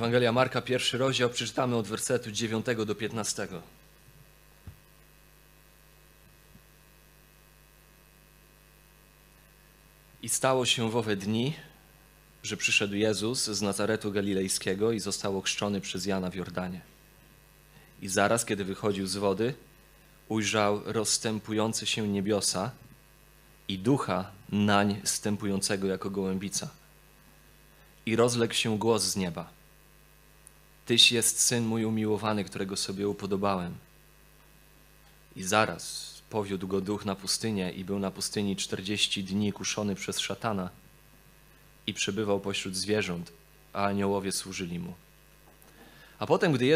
Ewangelia Marka, 1 rozdział, przeczytamy od wersetu 9 do 15. I stało się w owe dni, że przyszedł Jezus z Nazaretu Galilejskiego i został ochrzczony przez Jana w Jordanie. I zaraz, kiedy wychodził z wody, ujrzał rozstępujące się niebiosa i ducha nań zstępującego jako gołębica. I rozległ się głos z nieba: Tyś jest Syn mój umiłowany, którego sobie upodobałem. I zaraz powiódł go duch na pustynię i był na pustyni 40 dni kuszony przez szatana i przebywał pośród zwierząt, a aniołowie służyli mu. A potem, gdy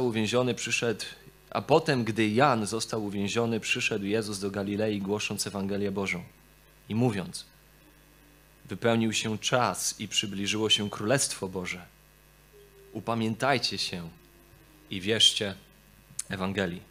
Jan został uwięziony, przyszedł Jezus do Galilei, głosząc Ewangelię Bożą i mówiąc: Wypełnił się czas i przybliżyło się Królestwo Boże. Upamiętajcie się i wierzcie Ewangelii.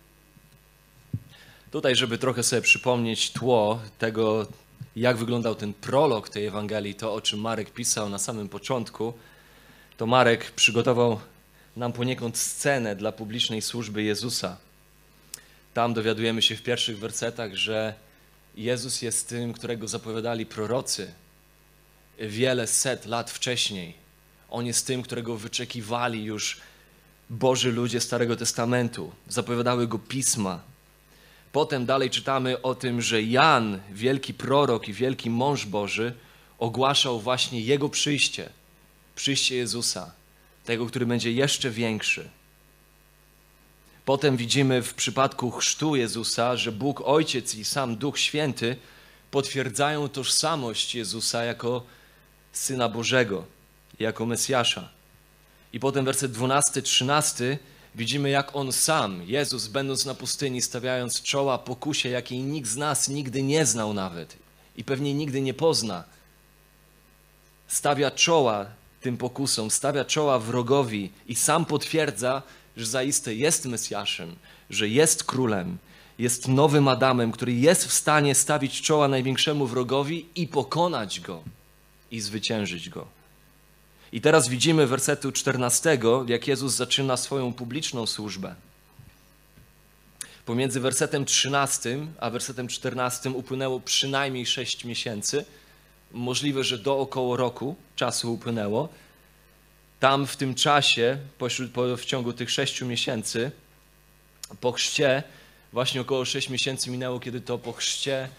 Tutaj, żeby trochę sobie przypomnieć tło tego, jak wyglądał ten prolog tej Ewangelii, to o czym Marek pisał na samym początku, to Marek przygotował nam poniekąd scenę dla publicznej służby Jezusa. Tam dowiadujemy się w pierwszych wersetach, że Jezus jest tym, którego zapowiadali prorocy wiele set lat wcześniej. On jest tym, którego wyczekiwali już Boży ludzie Starego Testamentu. Zapowiadały go pisma. Potem dalej czytamy o tym, że Jan, wielki prorok i wielki mąż Boży, ogłaszał właśnie Jego przyjście. Przyjście Jezusa, tego, który będzie jeszcze większy. Potem widzimy w przypadku chrztu Jezusa, że Bóg Ojciec i sam Duch Święty potwierdzają tożsamość Jezusa jako Syna Bożego, jako Mesjasza. I potem werset 12-13 widzimy, jak On sam, Jezus, będąc na pustyni, stawiając czoła pokusie, jakiej nikt z nas nigdy nie znał nawet i pewnie nigdy nie pozna, stawia czoła tym pokusom, stawia czoła wrogowi i sam potwierdza, że zaiste jest Mesjaszem, że jest Królem, jest nowym Adamem, który jest w stanie stawić czoła największemu wrogowi i pokonać go i zwyciężyć go. I teraz widzimy wersetu 14, jak Jezus zaczyna swoją publiczną służbę. Pomiędzy wersetem 13 a wersetem 14 upłynęło przynajmniej 6 miesięcy. Możliwe, że do około roku czasu upłynęło. Tam w tym czasie, w ciągu tych 6 miesięcy, po chrzcie, właśnie około 6 miesięcy minęło, kiedy to po chrzcie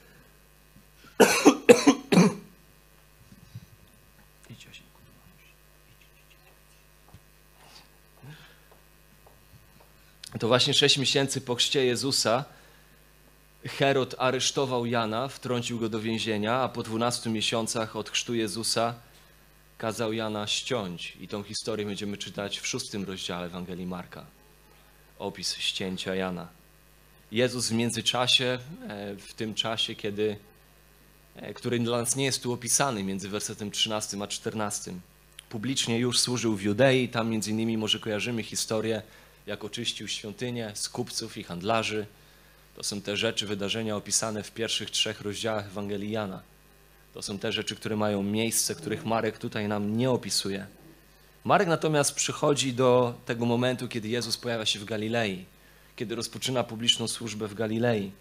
to właśnie 6 miesięcy po chrzcie Jezusa Herod aresztował Jana, wtrącił go do więzienia, a po 12 miesiącach od chrztu Jezusa kazał Jana ściąć. I tą historię będziemy czytać w 6 rozdziale Ewangelii Marka. Opis ścięcia Jana. Jezus w międzyczasie, w tym czasie, który dla nas nie jest tu opisany, między wersetem 13 a 14, publicznie już służył w Judei. Tam między innymi może kojarzymy historię, jak oczyścił świątynię z kupców i handlarzy. To są te rzeczy, wydarzenia opisane w pierwszych 3 rozdziałach Ewangelii Jana. To są te rzeczy, które mają miejsce, których Marek tutaj nam nie opisuje. Marek natomiast przychodzi do tego momentu, kiedy Jezus pojawia się w Galilei, kiedy rozpoczyna publiczną służbę w Galilei.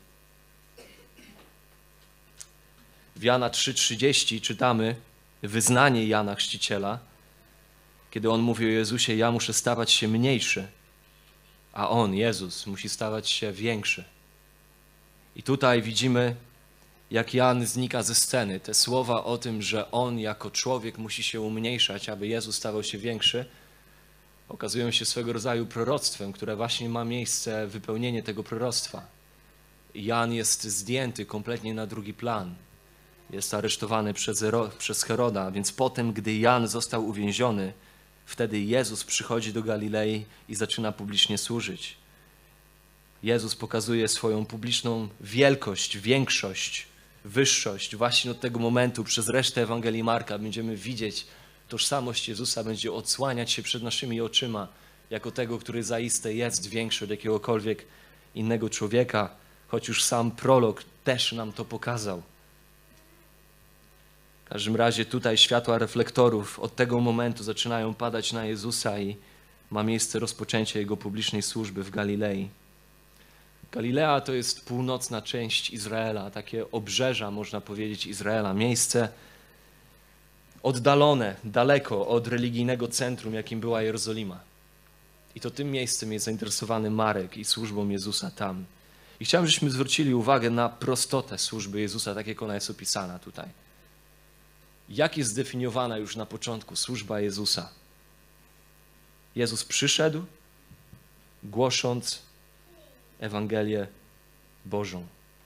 W Jana 3,30 czytamy wyznanie Jana Chrzciciela, kiedy on mówi o Jezusie: ja muszę stawać się mniejszy, a On, Jezus, musi stawać się większy. I tutaj widzimy, jak Jan znika ze sceny. Te słowa o tym, że On jako człowiek musi się umniejszać, aby Jezus stawał się większy, okazują się swego rodzaju proroctwem, które właśnie ma miejsce, wypełnienie tego proroctwa. Jan jest zdjęty kompletnie na drugi plan. Jest aresztowany przez Heroda, więc potem, gdy Jan został uwięziony, wtedy Jezus przychodzi do Galilei i zaczyna publicznie służyć. Jezus pokazuje swoją publiczną wielkość, większość, wyższość. Właśnie od tego momentu przez resztę Ewangelii Marka będziemy widzieć tożsamość Jezusa, będzie odsłaniać się przed naszymi oczyma jako tego, który zaiste jest większy od jakiegokolwiek innego człowieka, choć już sam prolog też nam to pokazał. W każdym razie tutaj światła reflektorów od tego momentu zaczynają padać na Jezusa i ma miejsce rozpoczęcie Jego publicznej służby w Galilei. Galilea to jest północna część Izraela, takie obrzeża, można powiedzieć, Izraela. Miejsce oddalone, daleko od religijnego centrum, jakim była Jerozolima. I to tym miejscem jest zainteresowany Marek i służbą Jezusa tam. I chciałem, żebyśmy zwrócili uwagę na prostotę służby Jezusa, tak jak ona jest opisana tutaj. Jak jest zdefiniowana już na początku służba Jezusa? Jezus przyszedł, głosząc Ewangelię Bożą.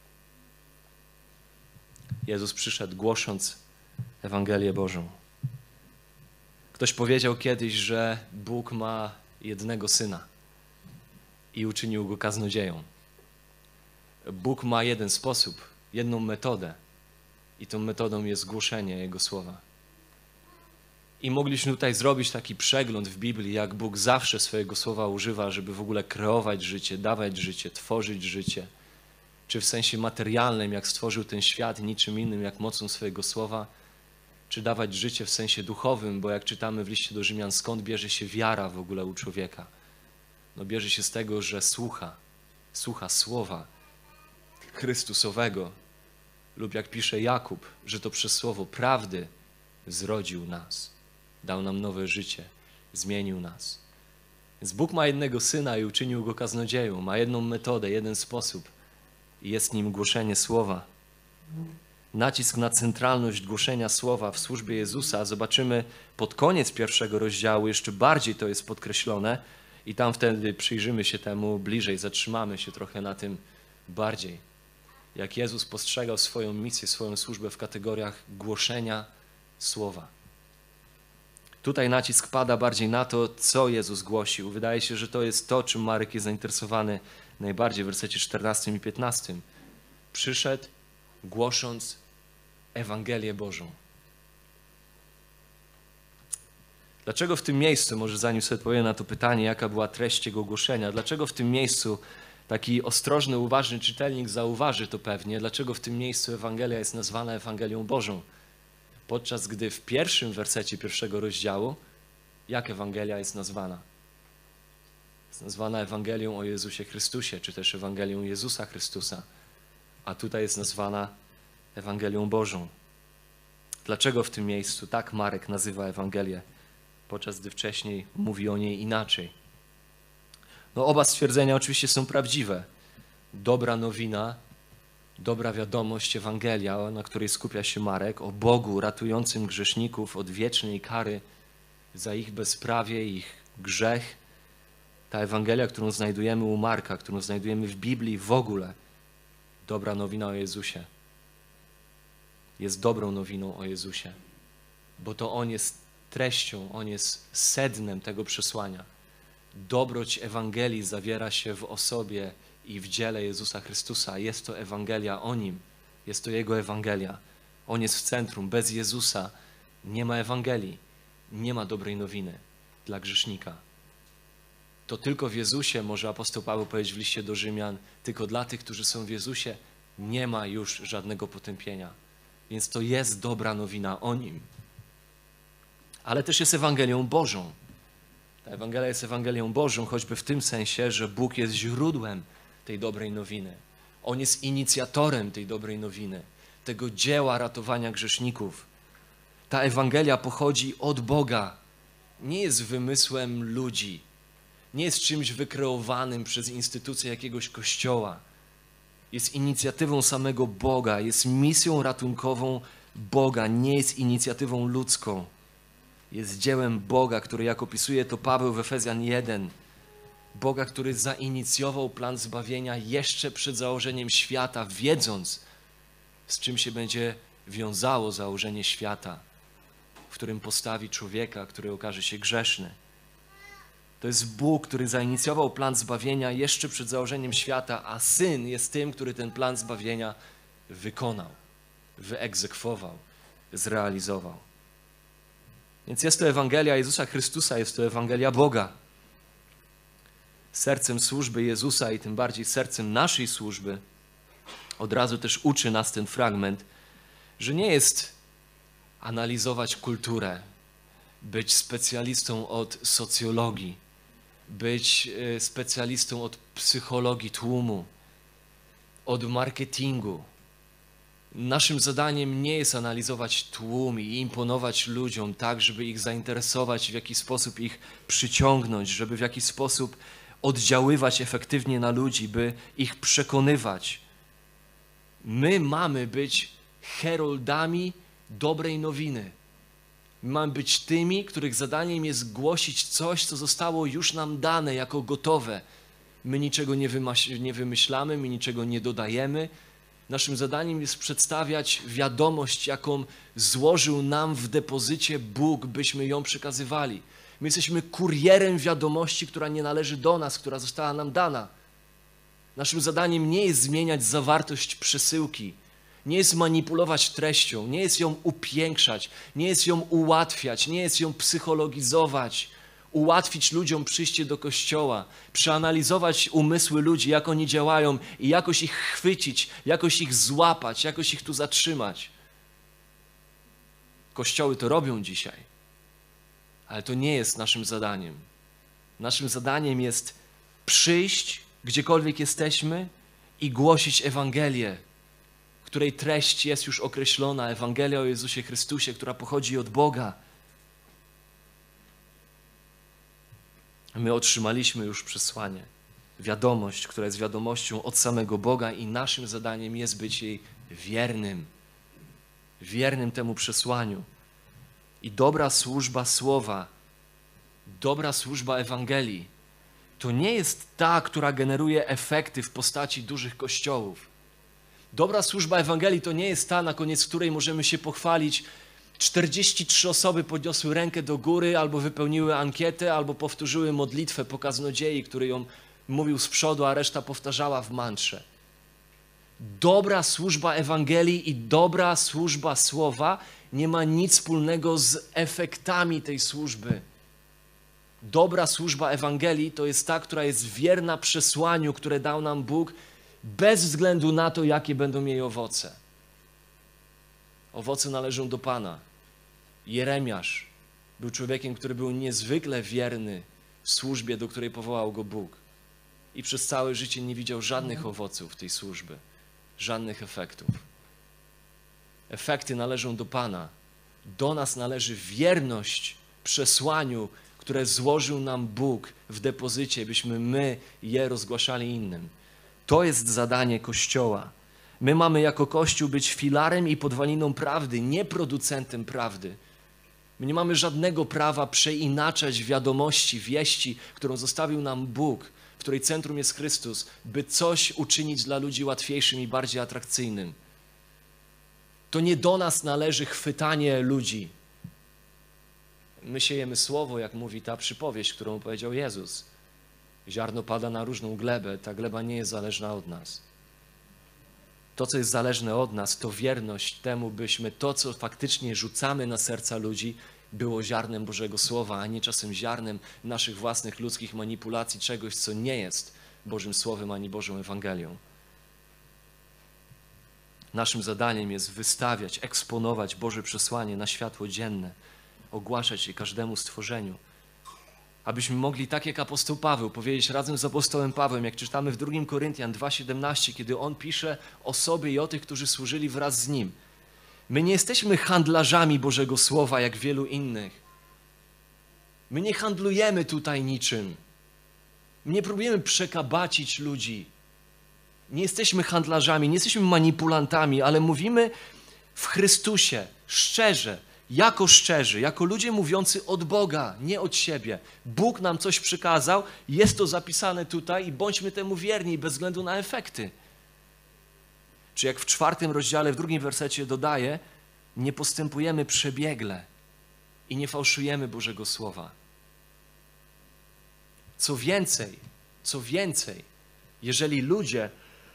Jezus przyszedł, głosząc Ewangelię Bożą. Ktoś powiedział kiedyś, że Bóg ma jednego Syna i uczynił Go kaznodzieją. Bóg ma jeden sposób, jedną metodę i tą metodą jest głoszenie Jego słowa. I mogliśmy tutaj zrobić taki przegląd w Biblii, jak Bóg zawsze swojego słowa używa, żeby w ogóle kreować życie, dawać życie, tworzyć życie. Czy w sensie materialnym, jak stworzył ten świat, niczym innym, jak mocą swojego słowa, czy dawać życie w sensie duchowym, bo jak czytamy w liście do Rzymian, skąd bierze się wiara w ogóle u człowieka? No bierze się z tego, że słucha słowa Chrystusowego, lub jak pisze Jakub, że to przez słowo prawdy zrodził nas, dał nam nowe życie, zmienił nas. Więc Bóg ma jednego Syna i uczynił Go kaznodzieją, ma jedną metodę, jeden sposób i jest nim głoszenie słowa. Nacisk na centralność głoszenia słowa w służbie Jezusa zobaczymy pod koniec pierwszego rozdziału, jeszcze bardziej to jest podkreślone i tam wtedy przyjrzymy się temu bliżej, zatrzymamy się trochę na tym bardziej. Jak Jezus postrzegał swoją misję, swoją służbę w kategoriach głoszenia słowa. Tutaj nacisk pada bardziej na to, co Jezus głosił. Wydaje się, że to jest to, czym Marek jest zainteresowany najbardziej w wersecie 14 i 15. Przyszedł, głosząc Ewangelię Bożą. Dlaczego w tym miejscu, może zanim sobie odpowiem na to pytanie, jaka była treść Jego głoszenia, dlaczego w tym miejscu taki ostrożny, uważny czytelnik zauważy to pewnie, dlaczego w tym miejscu Ewangelia jest nazwana Ewangelią Bożą? Podczas gdy w pierwszym wersecie pierwszego rozdziału, jak Ewangelia jest nazwana? Jest nazwana Ewangelią o Jezusie Chrystusie, czy też Ewangelią Jezusa Chrystusa, a tutaj jest nazwana Ewangelią Bożą. Dlaczego w tym miejscu tak Marek nazywa Ewangelię, podczas gdy wcześniej mówi o niej inaczej? No oba stwierdzenia oczywiście są prawdziwe. Dobra nowina, dobra wiadomość, Ewangelia, na której skupia się Marek, o Bogu ratującym grzeszników od wiecznej kary za ich bezprawie, ich grzech. Ta Ewangelia, którą znajdujemy u Marka, którą znajdujemy w Biblii w ogóle, dobra nowina o Jezusie, jest dobrą nowiną o Jezusie, bo to On jest treścią, On jest sednem tego przesłania. Dobroć Ewangelii zawiera się w osobie i w dziele Jezusa Chrystusa. Jest to Ewangelia o Nim. Jest to Jego Ewangelia. On jest w centrum. Bez Jezusa nie ma Ewangelii. Nie ma dobrej nowiny dla grzesznika. To tylko w Jezusie, może apostoł Paweł powiedzieć w liście do Rzymian, tylko dla tych, którzy są w Jezusie, nie ma już żadnego potępienia. Więc to jest dobra nowina o Nim. Ale też jest Ewangelią Bożą. Ta Ewangelia jest Ewangelią Bożą, choćby w tym sensie, że Bóg jest źródłem tej dobrej nowiny. On jest inicjatorem tej dobrej nowiny, tego dzieła ratowania grzeszników. Ta Ewangelia pochodzi od Boga, nie jest wymysłem ludzi, nie jest czymś wykreowanym przez instytucję jakiegoś kościoła. Jest inicjatywą samego Boga, jest misją ratunkową Boga, nie jest inicjatywą ludzką. Jest dziełem Boga, który, jak opisuje to Paweł w Efezjan 1, Boga, który zainicjował plan zbawienia jeszcze przed założeniem świata, wiedząc, z czym się będzie wiązało założenie świata, w którym postawi człowieka, który okaże się grzeszny. To jest Bóg, który zainicjował plan zbawienia jeszcze przed założeniem świata, a Syn jest tym, który ten plan zbawienia wykonał, wyegzekwował, zrealizował. Więc jest to Ewangelia Jezusa Chrystusa, jest to Ewangelia Boga. Sercem służby Jezusa i tym bardziej sercem naszej służby od razu też uczy nas ten fragment, że nie jest analizować kulturę, być specjalistą od socjologii, być specjalistą od psychologii tłumu, od marketingu. Naszym zadaniem nie jest analizować tłum i imponować ludziom tak, żeby ich zainteresować, w jakiś sposób ich przyciągnąć, żeby w jakiś sposób oddziaływać efektywnie na ludzi, by ich przekonywać. My mamy być heroldami dobrej nowiny. My mamy być tymi, których zadaniem jest głosić coś, co zostało już nam dane jako gotowe. My niczego nie wymyślamy, my niczego nie dodajemy. Naszym zadaniem jest przedstawiać wiadomość, jaką złożył nam w depozycie Bóg, byśmy ją przekazywali. My jesteśmy kurierem wiadomości, która nie należy do nas, która została nam dana. Naszym zadaniem nie jest zmieniać zawartość przesyłki, nie jest manipulować treścią, nie jest ją upiększać, nie jest ją ułatwiać, nie jest ją psychologizować, ułatwić ludziom przyjście do Kościoła, przeanalizować umysły ludzi, jak oni działają i jakoś ich chwycić, jakoś ich złapać, jakoś ich tu zatrzymać. Kościoły to robią dzisiaj, ale to nie jest naszym zadaniem. Naszym zadaniem jest przyjść, gdziekolwiek jesteśmy i głosić Ewangelię, której treść jest już określona, Ewangelia o Jezusie Chrystusie, która pochodzi od Boga. My otrzymaliśmy już przesłanie, wiadomość, która jest wiadomością od samego Boga i naszym zadaniem jest być jej wiernym temu przesłaniu. I dobra służba słowa, dobra służba Ewangelii, to nie jest ta, która generuje efekty w postaci dużych kościołów. Dobra służba Ewangelii to nie jest ta, na koniec której możemy się pochwalić. 43 osoby podniosły rękę do góry, albo wypełniły ankietę, albo powtórzyły modlitwę po kaznodziei, który ją mówił z przodu, a reszta powtarzała w mantrze. Dobra służba Ewangelii i dobra służba słowa nie ma nic wspólnego z efektami tej służby. Dobra służba Ewangelii to jest ta, która jest wierna przesłaniu, które dał nam Bóg, bez względu na to, jakie będą jej owoce. Owoce należą do Pana. Jeremiasz był człowiekiem, który był niezwykle wierny w służbie, do której powołał go Bóg. I przez całe życie nie widział żadnych owoców tej służby, żadnych efektów. Efekty należą do Pana. Do nas należy wierność przesłaniu, które złożył nam Bóg w depozycie, byśmy my je rozgłaszali innym. To jest zadanie Kościoła. My mamy jako Kościół być filarem i podwaliną prawdy, nie producentem prawdy. My nie mamy żadnego prawa przeinaczać wiadomości, wieści, którą zostawił nam Bóg, w której centrum jest Chrystus, by coś uczynić dla ludzi łatwiejszym i bardziej atrakcyjnym. To nie do nas należy chwytanie ludzi. My siejemy słowo, jak mówi ta przypowieść, którą powiedział Jezus. Ziarno pada na różną glebę, ta gleba nie jest zależna od nas. To, co jest zależne od nas, to wierność temu, byśmy to, co faktycznie rzucamy na serca ludzi, było ziarnem Bożego Słowa, a nie czasem ziarnem naszych własnych ludzkich manipulacji, czegoś, co nie jest Bożym Słowem ani Bożą Ewangelią. Naszym zadaniem jest wystawiać, eksponować Boże przesłanie na światło dzienne, ogłaszać je każdemu stworzeniu, abyśmy mogli, tak jak apostoł Paweł, powiedzieć razem z apostołem Pawłem, jak czytamy w 2 Koryntian 2,17, kiedy on pisze o sobie i o tych, którzy służyli wraz z nim. My nie jesteśmy handlarzami Bożego Słowa, jak wielu innych. My nie handlujemy tutaj niczym. My nie próbujemy przekabacić ludzi. Nie jesteśmy handlarzami, nie jesteśmy manipulantami, ale mówimy w Chrystusie, szczerze, jako ludzie mówiący od Boga, nie od siebie. Bóg nam coś przekazał, jest to zapisane tutaj i bądźmy temu wierni bez względu na efekty. Czy jak w 4 rozdziale, w 2 wersecie dodaje, nie postępujemy przebiegle i nie fałszujemy Bożego Słowa. Co więcej, jeżeli ludzie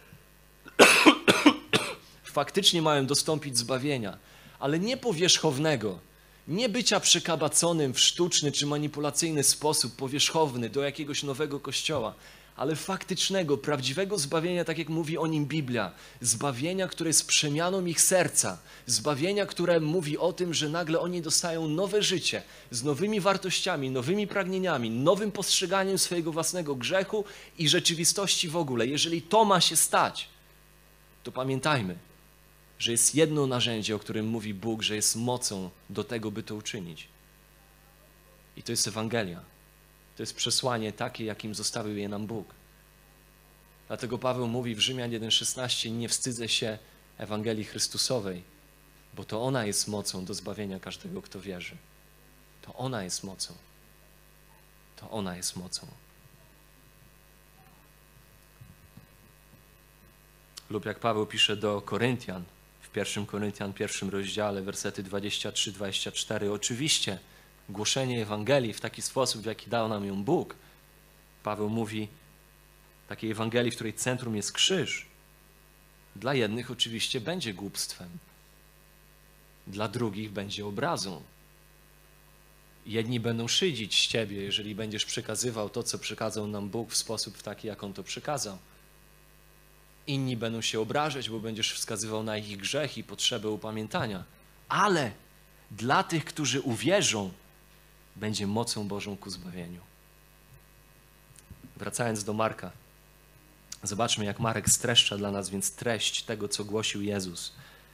faktycznie mają dostąpić zbawienia, ale nie powierzchownego, nie bycia przekabaconym w sztuczny czy manipulacyjny sposób powierzchowny do jakiegoś nowego kościoła, ale faktycznego, prawdziwego zbawienia, tak jak mówi o nim Biblia. Zbawienia, które jest przemianą ich serca. Zbawienia, które mówi o tym, że nagle oni dostają nowe życie z nowymi wartościami, nowymi pragnieniami, nowym postrzeganiem swojego własnego grzechu i rzeczywistości w ogóle. Jeżeli to ma się stać, to pamiętajmy, że jest jedno narzędzie, o którym mówi Bóg, że jest mocą do tego, by to uczynić. I to jest Ewangelia. To jest przesłanie takie, jakim zostawił je nam Bóg. Dlatego Paweł mówi w Rzymian 1,16: nie wstydzę się Ewangelii Chrystusowej, bo to ona jest mocą do zbawienia każdego, kto wierzy. To ona jest mocą. To ona jest mocą. Lub jak Paweł pisze do Koryntian, w 1 Koryntian, 1 rozdziale, wersety 23-24. Oczywiście głoszenie Ewangelii w taki sposób, w jaki dał nam ją Bóg. Paweł mówi takiej Ewangelii, w której centrum jest krzyż. Dla jednych oczywiście będzie głupstwem. Dla drugich będzie obrazą. Jedni będą szydzić z ciebie, jeżeli będziesz przekazywał to, co przekazał nam Bóg w sposób taki, jak On to przekazał. Inni będą się obrażać, bo będziesz wskazywał na ich grzech i potrzebę upamiętania. Ale dla tych, którzy uwierzą, będzie mocą Bożą ku zbawieniu. Wracając do Marka, zobaczmy, jak Marek streszcza dla nas więc treść tego, co głosił Jezus.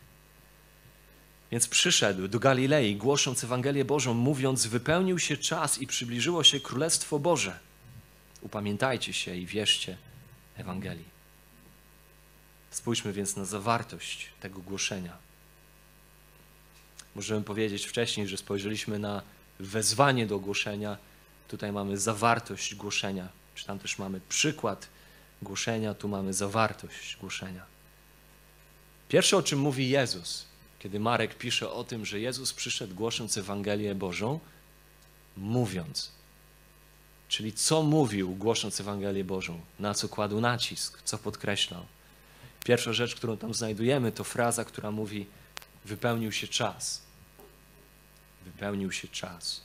Więc przyszedł do Galilei, głosząc Ewangelię Bożą, mówiąc: wypełnił się czas i przybliżyło się Królestwo Boże. Upamiętajcie się i wierzcie Ewangelii. Spójrzmy więc na zawartość tego głoszenia. Możemy powiedzieć wcześniej, że spojrzeliśmy na wezwanie do głoszenia. Tutaj mamy zawartość głoszenia. Czy tam też mamy przykład głoszenia, tu mamy zawartość głoszenia. Pierwsze, o czym mówi Jezus, kiedy Marek pisze o tym, że Jezus przyszedł głosząc Ewangelię Bożą, mówiąc. Czyli co mówił głosząc Ewangelię Bożą, na co kładł nacisk, co podkreślał. Pierwsza rzecz, którą tam znajdujemy, to fraza, która mówi: wypełnił się czas. Wypełnił się czas.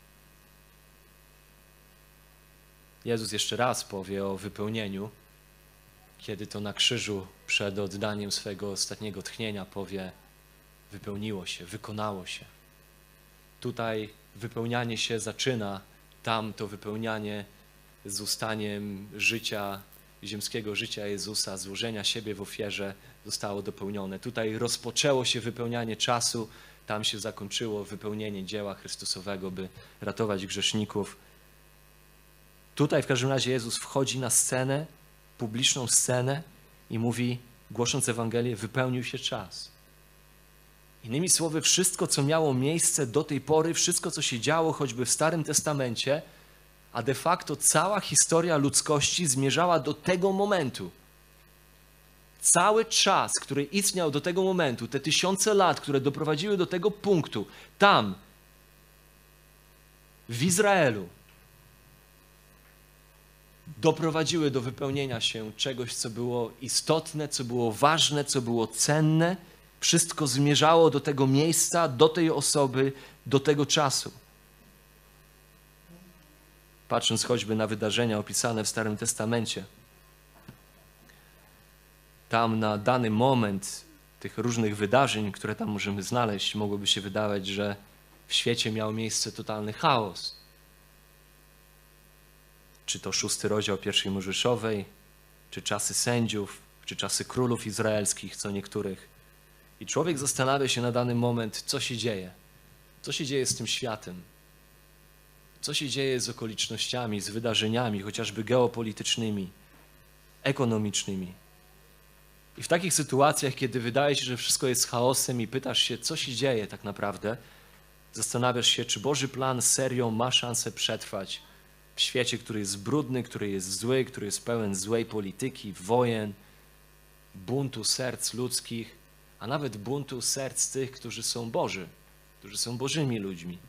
Jezus jeszcze raz powie o wypełnieniu, kiedy to na krzyżu przed oddaniem swego ostatniego tchnienia powie: wypełniło się, wykonało się. Tutaj wypełnianie się zaczyna, tam to wypełnianie z ustaniem życia, ziemskiego życia Jezusa, złożenia siebie w ofierze zostało dopełnione. Tutaj rozpoczęło się wypełnianie czasu, tam się zakończyło wypełnienie dzieła Chrystusowego, by ratować grzeszników. Tutaj w każdym razie Jezus wchodzi na scenę, publiczną scenę i mówi, głosząc Ewangelię: wypełnił się czas. Innymi słowy, wszystko, co miało miejsce do tej pory, wszystko, co się działo choćby w Starym Testamencie, a de facto cała historia ludzkości zmierzała do tego momentu. Cały czas, który istniał do tego momentu, te tysiące lat, które doprowadziły do tego punktu, tam, w Izraelu, doprowadziły do wypełnienia się czegoś, co było istotne, co było ważne, co było cenne. Wszystko zmierzało do tego miejsca, do tej osoby, do tego czasu. Patrząc choćby na wydarzenia opisane w Starym Testamencie, tam na dany moment tych różnych wydarzeń, które tam możemy znaleźć, mogłoby się wydawać, że w świecie miał miejsce totalny chaos. Czy to 6 rozdział pierwszej Mojżeszowej, czy czasy sędziów, czy czasy królów izraelskich, co niektórych. I człowiek zastanawia się na dany moment, co się dzieje. Co się dzieje z tym światem? Co się dzieje z okolicznościami, z wydarzeniami, chociażby geopolitycznymi, ekonomicznymi. I w takich sytuacjach, kiedy wydaje się, że wszystko jest chaosem i pytasz się, co się dzieje tak naprawdę, zastanawiasz się, czy Boży plan serio ma szansę przetrwać w świecie, który jest brudny, który jest zły, który jest pełen złej polityki, wojen, buntu serc ludzkich, a nawet buntu serc tych, którzy są Boży, którzy są Bożymi ludźmi.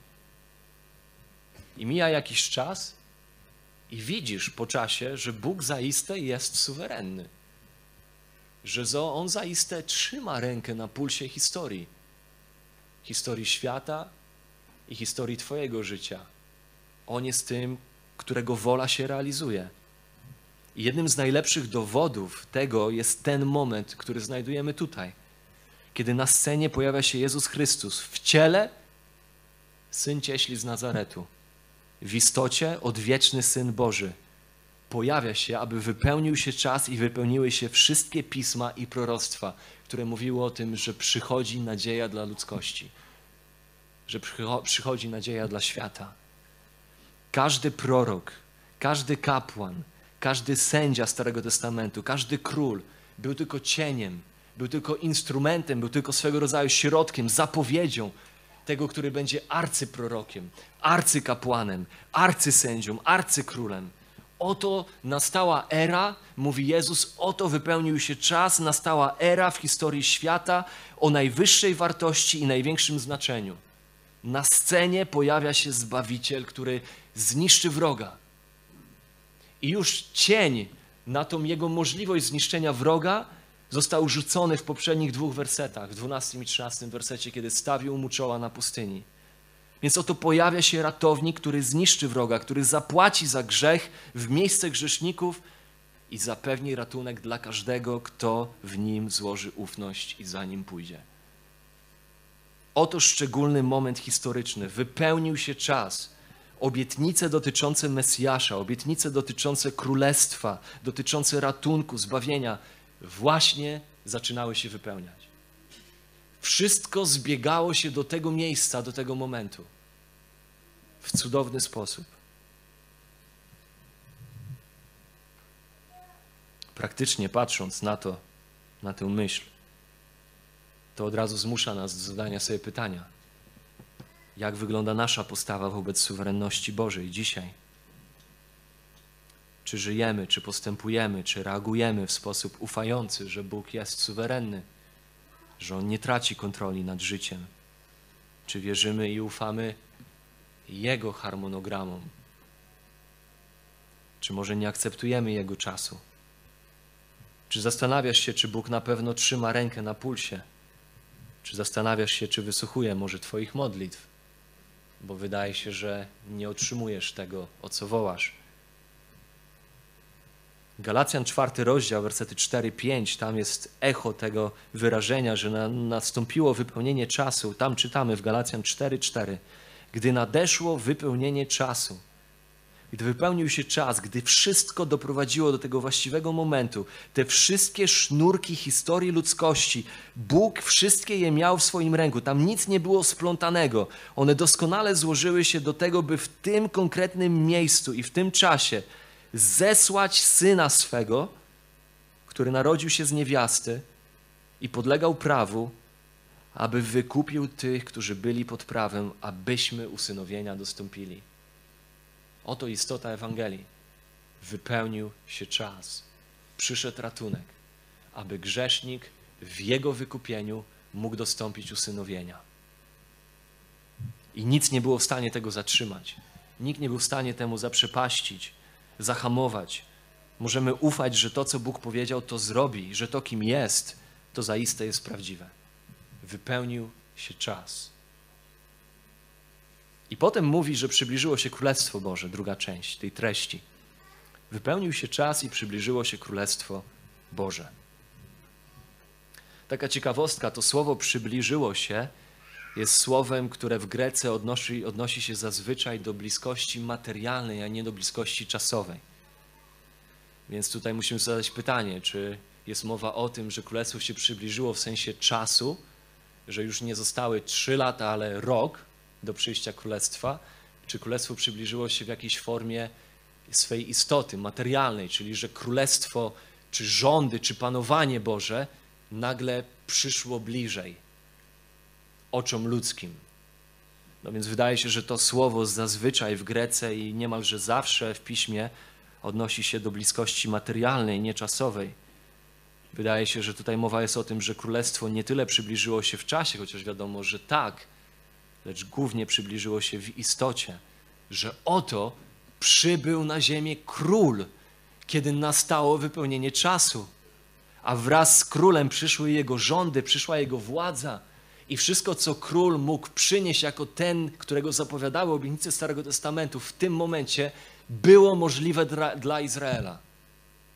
I mija jakiś czas i widzisz po czasie, że Bóg zaiste jest suwerenny. Że On zaiste trzyma rękę na pulsie historii. Historii świata i historii twojego życia. On jest tym, którego wola się realizuje. I jednym z najlepszych dowodów tego jest ten moment, który znajdujemy tutaj. Kiedy na scenie pojawia się Jezus Chrystus w ciele, Syn Cieśli z Nazaretu. W istocie odwieczny Syn Boży. Pojawia się, aby wypełnił się czas i wypełniły się wszystkie pisma i proroctwa, które mówiły o tym, że przychodzi nadzieja dla ludzkości, że przychodzi nadzieja dla świata. Każdy prorok, każdy kapłan, każdy sędzia Starego Testamentu, każdy król był tylko cieniem, był tylko instrumentem, był tylko swego rodzaju środkiem, zapowiedzią tego, który będzie arcyprorokiem, arcykapłanem, arcysędzią, arcykrólem. Oto nastała era, mówi Jezus, oto wypełnił się czas, nastała era w historii świata o najwyższej wartości i największym znaczeniu. Na scenie pojawia się Zbawiciel, który zniszczy wroga. I już cień na tą jego możliwość zniszczenia wroga został rzucony w poprzednich 2 wersetach, w 12 i 13 wersecie, kiedy stawił mu czoła na pustyni. Więc oto pojawia się ratownik, który zniszczy wroga, który zapłaci za grzech w miejsce grzeszników i zapewni ratunek dla każdego, kto w nim złoży ufność i za nim pójdzie. Oto szczególny moment historyczny. Wypełnił się czas. Obietnice dotyczące Mesjasza, obietnice dotyczące królestwa, dotyczące ratunku, zbawienia właśnie zaczynały się wypełniać. Wszystko zbiegało się do tego miejsca, do tego momentu. W cudowny sposób. Praktycznie patrząc na to, na tę myśl, to od razu zmusza nas do zadania sobie pytania. Jak wygląda nasza postawa wobec suwerenności Bożej dzisiaj? Czy żyjemy, czy postępujemy, czy reagujemy w sposób ufający, że Bóg jest suwerenny, że On nie traci kontroli nad życiem? Czy wierzymy i ufamy Jego harmonogramom? Czy może nie akceptujemy Jego czasu? Czy zastanawiasz się, czy Bóg na pewno trzyma rękę na pulsie? Czy zastanawiasz się, czy wysłuchuje może Twoich modlitw? Bo wydaje się, że nie otrzymujesz tego, o co wołasz. Galacjan 4 rozdział, wersety 4-5, tam jest echo tego wyrażenia, że nastąpiło wypełnienie czasu. Tam czytamy w Galacjan 4:4. Gdy nadeszło wypełnienie czasu, gdy wypełnił się czas, gdy wszystko doprowadziło do tego właściwego momentu, te wszystkie sznurki historii ludzkości, Bóg wszystkie je miał w swoim ręku, tam nic nie było splątanego. One doskonale złożyły się do tego, by w tym konkretnym miejscu i w tym czasie zesłać Syna swego, który narodził się z niewiasty i podlegał prawu, aby wykupił tych, którzy byli pod prawem, abyśmy usynowienia dostąpili. Oto istota Ewangelii. Wypełnił się czas. Przyszedł ratunek, aby grzesznik w Jego wykupieniu mógł dostąpić usynowienia. I nic nie było w stanie tego zatrzymać. Nikt nie był w stanie temu zaprzepaścić, zahamować. Możemy ufać, że to, co Bóg powiedział, to zrobi, że to, kim jest, to zaiste jest prawdziwe. Wypełnił się czas. I potem mówi, że przybliżyło się Królestwo Boże, druga część tej treści. Wypełnił się czas i przybliżyło się Królestwo Boże. Taka ciekawostka, to słowo przybliżyło się jest słowem, które w Grece odnosi się zazwyczaj do bliskości materialnej, a nie do bliskości czasowej. Więc tutaj musimy zadać pytanie, czy jest mowa o tym, że Królestwo się przybliżyło w sensie czasu, że już nie zostały 3 lata, ale rok do przyjścia Królestwa, czy Królestwo przybliżyło się w jakiejś formie swej istoty materialnej, czyli że Królestwo, czy rządy, czy panowanie Boże nagle przyszło bliżej oczom ludzkim. No więc wydaje się, że to słowo zazwyczaj w Grece i niemalże zawsze w Piśmie odnosi się do bliskości materialnej, nie czasowej. Wydaje się, że tutaj mowa jest o tym, że Królestwo nie tyle przybliżyło się w czasie, chociaż wiadomo, że tak, lecz głównie przybliżyło się w istocie, że oto przybył na ziemię Król, kiedy nastało wypełnienie czasu, a wraz z Królem przyszły Jego rządy, przyszła Jego władza i wszystko, co Król mógł przynieść jako ten, którego zapowiadały obietnice Starego Testamentu, w tym momencie było możliwe dla Izraela.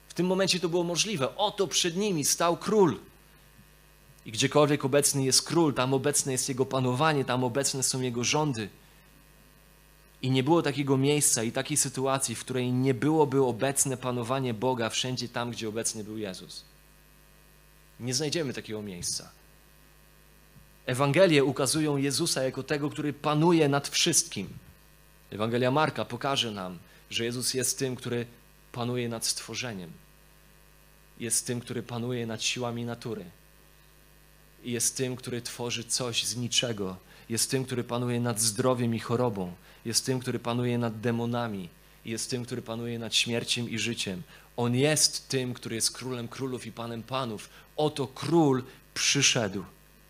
W tym momencie to było możliwe. Oto przed nimi stał król. I gdziekolwiek obecny jest król, tam obecne jest jego panowanie, tam obecne są jego rządy. I nie było takiego miejsca i takiej sytuacji, w której nie byłoby obecne panowanie Boga wszędzie tam, gdzie obecny był Jezus. Nie znajdziemy takiego miejsca. Ewangelie ukazują Jezusa jako tego, który panuje nad wszystkim. Ewangelia Marka pokaże nam, że Jezus jest tym, który panuje nad stworzeniem. Jest tym, który panuje nad siłami natury. Jest tym, który tworzy coś z niczego. Jest tym, który panuje nad zdrowiem i chorobą. Jest tym, który panuje nad demonami. Jest tym, który panuje nad śmiercią i życiem. On jest tym, który jest królem królów i panem panów. Oto król przyszedł.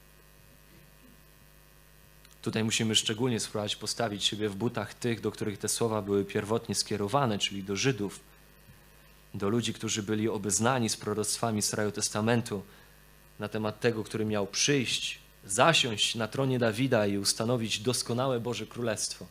Tutaj musimy szczególnie spróbować postawić siebie w butach tych, do których te słowa były pierwotnie skierowane, czyli do Żydów, do ludzi, którzy byli obeznani z proroctwami Starego Testamentu na temat tego, który miał przyjść, zasiąść na tronie Dawida i ustanowić doskonałe Boże Królestwo.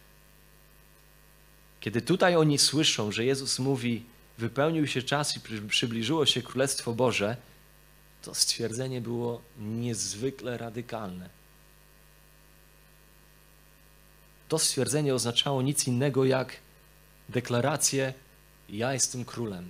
Kiedy tutaj oni słyszą, że Jezus mówi, wypełnił się czas i przybliżyło się Królestwo Boże, to stwierdzenie było niezwykle radykalne. To stwierdzenie oznaczało nic innego jak deklarację: ja jestem królem.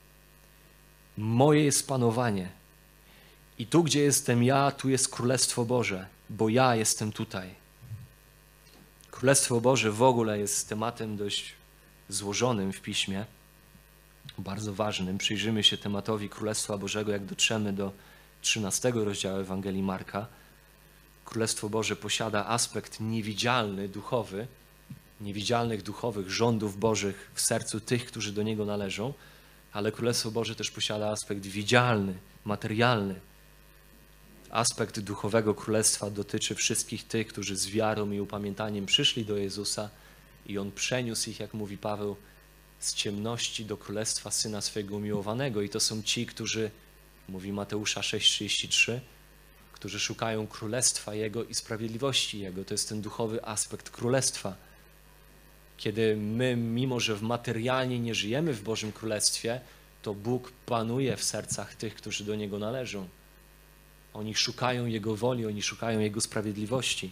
Moje jest panowanie. I tu, gdzie jestem ja, tu jest Królestwo Boże, bo ja jestem tutaj. Królestwo Boże w ogóle jest tematem dość złożonym w Piśmie, bardzo ważnym. Przyjrzymy się tematowi Królestwa Bożego, jak dotrzemy do 13 rozdziału Ewangelii Marka. Królestwo Boże posiada aspekt niewidzialny, duchowy, niewidzialnych duchowych rządów Bożych w sercu tych, którzy do Niego należą, ale Królestwo Boże też posiada aspekt widzialny, materialny. Aspekt duchowego królestwa dotyczy wszystkich tych, którzy z wiarą i upamiętaniem przyszli do Jezusa i On przeniósł ich, jak mówi Paweł, z ciemności do królestwa Syna swego umiłowanego. I to są ci, którzy, mówi Mateusza 6,33, którzy szukają królestwa Jego i sprawiedliwości Jego. To jest ten duchowy aspekt królestwa. Kiedy my, mimo że materialnie nie żyjemy w Bożym Królestwie, to Bóg panuje w sercach tych, którzy do Niego należą. Oni szukają Jego woli, oni szukają Jego sprawiedliwości.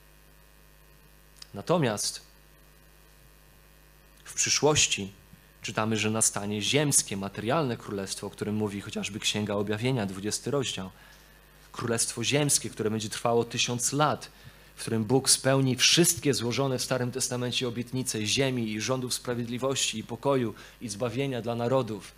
Natomiast w przyszłości czytamy, że nastanie ziemskie, materialne królestwo, o którym mówi chociażby Księga Objawienia, 20 rozdział. Królestwo ziemskie, które będzie trwało 1000 lat, w którym Bóg spełni wszystkie złożone w Starym Testamencie obietnice ziemi i rządów sprawiedliwości i pokoju i zbawienia dla narodów.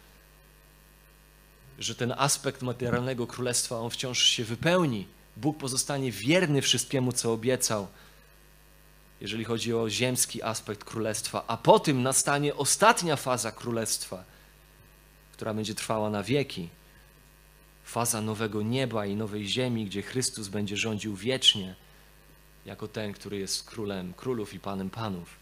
Że ten aspekt materialnego królestwa, on wciąż się wypełni. Bóg pozostanie wierny wszystkiemu, co obiecał, jeżeli chodzi o ziemski aspekt królestwa. A po tym nastanie ostatnia faza królestwa, która będzie trwała na wieki. Faza nowego nieba i nowej ziemi, gdzie Chrystus będzie rządził wiecznie, jako ten, który jest królem królów i panem panów.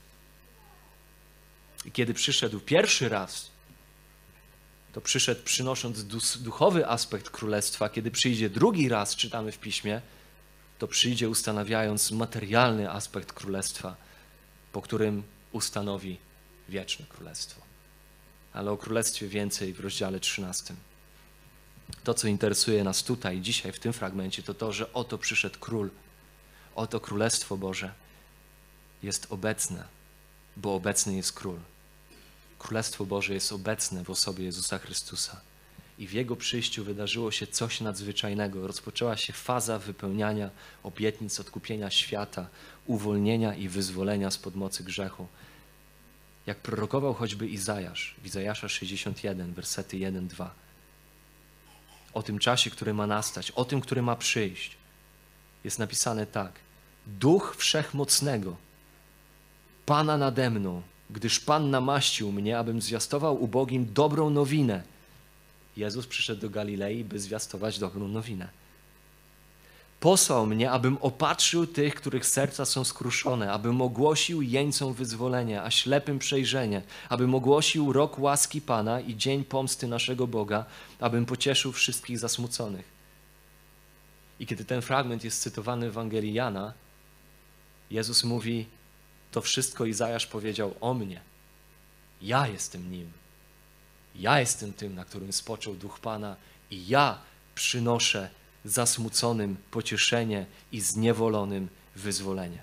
I kiedy przyszedł pierwszy raz, to przyszedł przynosząc duchowy aspekt królestwa. Kiedy przyjdzie drugi raz, czytamy w Piśmie, to przyjdzie ustanawiając materialny aspekt królestwa, po którym ustanowi wieczne królestwo. Ale o królestwie więcej w rozdziale 13. To, co interesuje nas tutaj, dzisiaj, w tym fragmencie, to to, że oto przyszedł król. Oto Królestwo Boże jest obecne, bo obecny jest król. Królestwo Boże jest obecne w osobie Jezusa Chrystusa. I w Jego przyjściu wydarzyło się coś nadzwyczajnego. Rozpoczęła się faza wypełniania obietnic odkupienia świata, uwolnienia i wyzwolenia spod mocy grzechu. Jak prorokował choćby Izajasz, w Izajasza 61, wersety 1-2. O tym czasie, który ma nastać, o tym, który ma przyjść. Jest napisane tak. Duch Wszechmocnego, Pana nade mną, gdyż Pan namaścił mnie, abym zwiastował ubogim dobrą nowinę. Jezus przyszedł do Galilei, by zwiastować dobrą nowinę. Posłał mnie, abym opatrzył tych, których serca są skruszone, abym ogłosił jeńcom wyzwolenie, a ślepym przejrzenie, abym ogłosił rok łaski Pana i dzień pomsty naszego Boga, abym pocieszył wszystkich zasmuconych. I kiedy ten fragment jest cytowany w Ewangelii Jana, Jezus mówi, to wszystko Izajasz powiedział o mnie. Ja jestem nim. Ja jestem tym, na którym spoczął Duch Pana i ja przynoszę zasmuconym pocieszenie i zniewolonym wyzwolenie.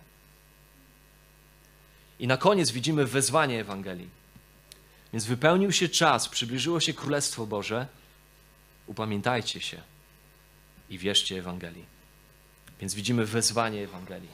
I na koniec widzimy wezwanie Ewangelii. Więc wypełnił się czas, przybliżyło się Królestwo Boże. Upamiętajcie się i wierzcie Ewangelii. Więc widzimy wezwanie Ewangelii.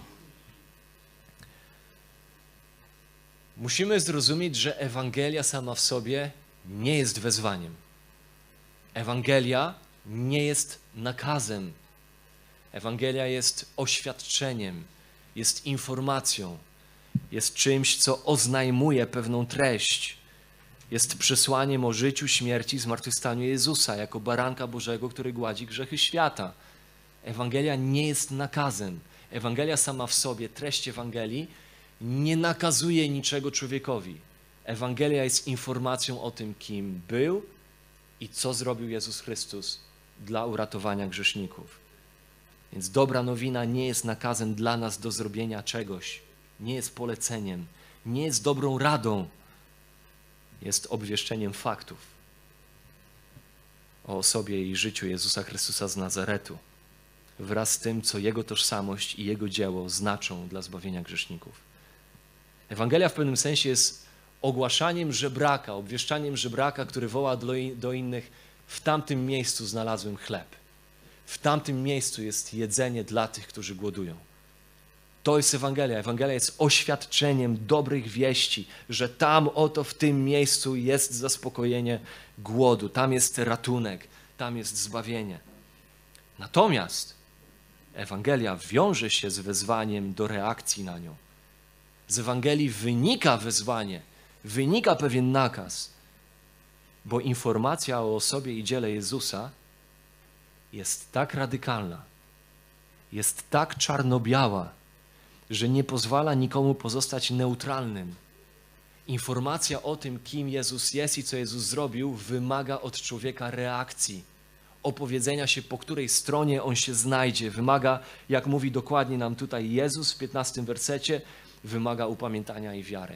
Musimy zrozumieć, że Ewangelia sama w sobie nie jest wezwaniem. Ewangelia nie jest nakazem. Ewangelia jest oświadczeniem, jest informacją, jest czymś, co oznajmuje pewną treść. Jest przesłaniem o życiu, śmierci i zmartwychwstaniu Jezusa jako baranka Bożego, który gładzi grzechy świata. Ewangelia nie jest nakazem. Ewangelia sama w sobie, treść Ewangelii nie nakazuje niczego człowiekowi. Ewangelia jest informacją o tym, kim był i co zrobił Jezus Chrystus dla uratowania grzeszników. Więc dobra nowina nie jest nakazem dla nas do zrobienia czegoś, nie jest poleceniem, nie jest dobrą radą, jest obwieszczeniem faktów o osobie i życiu Jezusa Chrystusa z Nazaretu, wraz z tym, co Jego tożsamość i Jego dzieło znaczą dla zbawienia grzeszników. Ewangelia w pewnym sensie jest ogłaszaniem żebraka, obwieszczaniem żebraka, który woła do innych: w tamtym miejscu znalazłem chleb. W tamtym miejscu jest jedzenie dla tych, którzy głodują. To jest Ewangelia. Ewangelia jest oświadczeniem dobrych wieści, że tam oto w tym miejscu jest zaspokojenie głodu, tam jest ratunek, tam jest zbawienie. Natomiast Ewangelia wiąże się z wezwaniem do reakcji na nią. Z Ewangelii wynika wezwanie, wynika pewien nakaz, bo informacja o osobie i dziele Jezusa jest tak radykalna, jest tak czarno-biała, że nie pozwala nikomu pozostać neutralnym. Informacja o tym, kim Jezus jest i co Jezus zrobił, wymaga od człowieka reakcji, opowiedzenia się, po której stronie on się znajdzie. Wymaga, jak mówi dokładnie nam tutaj Jezus w 15 wersecie, wymaga upamiętania i wiary.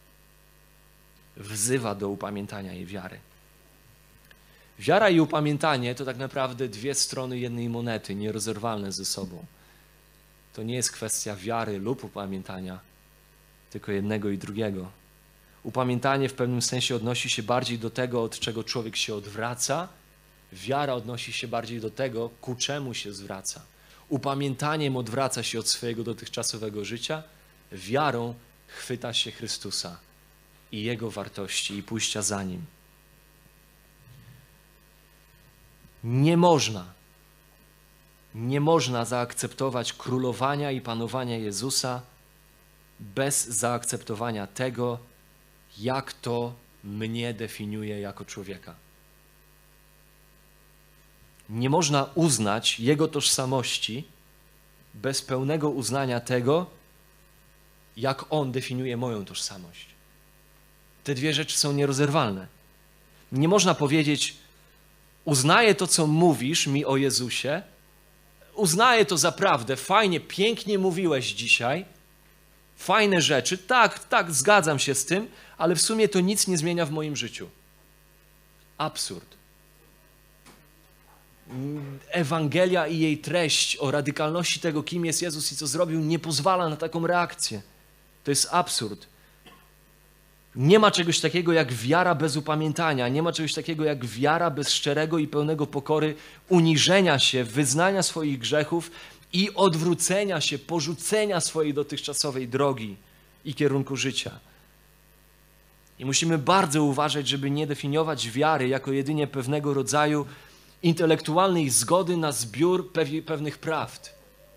Wzywa do upamiętania i wiary. Wiara i upamiętanie to tak naprawdę dwie strony jednej monety, nierozerwalne ze sobą. To nie jest kwestia wiary lub upamiętania, tylko jednego i drugiego. Upamiętanie w pewnym sensie odnosi się bardziej do tego, od czego człowiek się odwraca. Wiara odnosi się bardziej do tego, ku czemu się zwraca. Upamiętaniem odwraca się od swojego dotychczasowego życia, wiarą chwyta się Chrystusa i Jego wartości i pójścia za Nim. Nie można zaakceptować królowania i panowania Jezusa bez zaakceptowania tego, jak to mnie definiuje jako człowieka. Nie można uznać Jego tożsamości bez pełnego uznania tego, jak On definiuje moją tożsamość. Te dwie rzeczy są nierozerwalne. Nie można powiedzieć: uznaję to, co mówisz mi o Jezusie, uznaję to za prawdę, fajnie, pięknie mówiłeś dzisiaj, fajne rzeczy, tak, zgadzam się z tym, ale w sumie to nic nie zmienia w moim życiu. Absurd. Ewangelia i jej treść o radykalności tego, kim jest Jezus i co zrobił, nie pozwala na taką reakcję. To jest absurd. Nie ma czegoś takiego jak wiara bez upamiętania, nie ma czegoś takiego jak wiara bez szczerego i pełnego pokory, uniżenia się, wyznania swoich grzechów i odwrócenia się, porzucenia swojej dotychczasowej drogi i kierunku życia. I musimy bardzo uważać, żeby nie definiować wiary jako jedynie pewnego rodzaju intelektualnej zgody na zbiór pewnych prawd.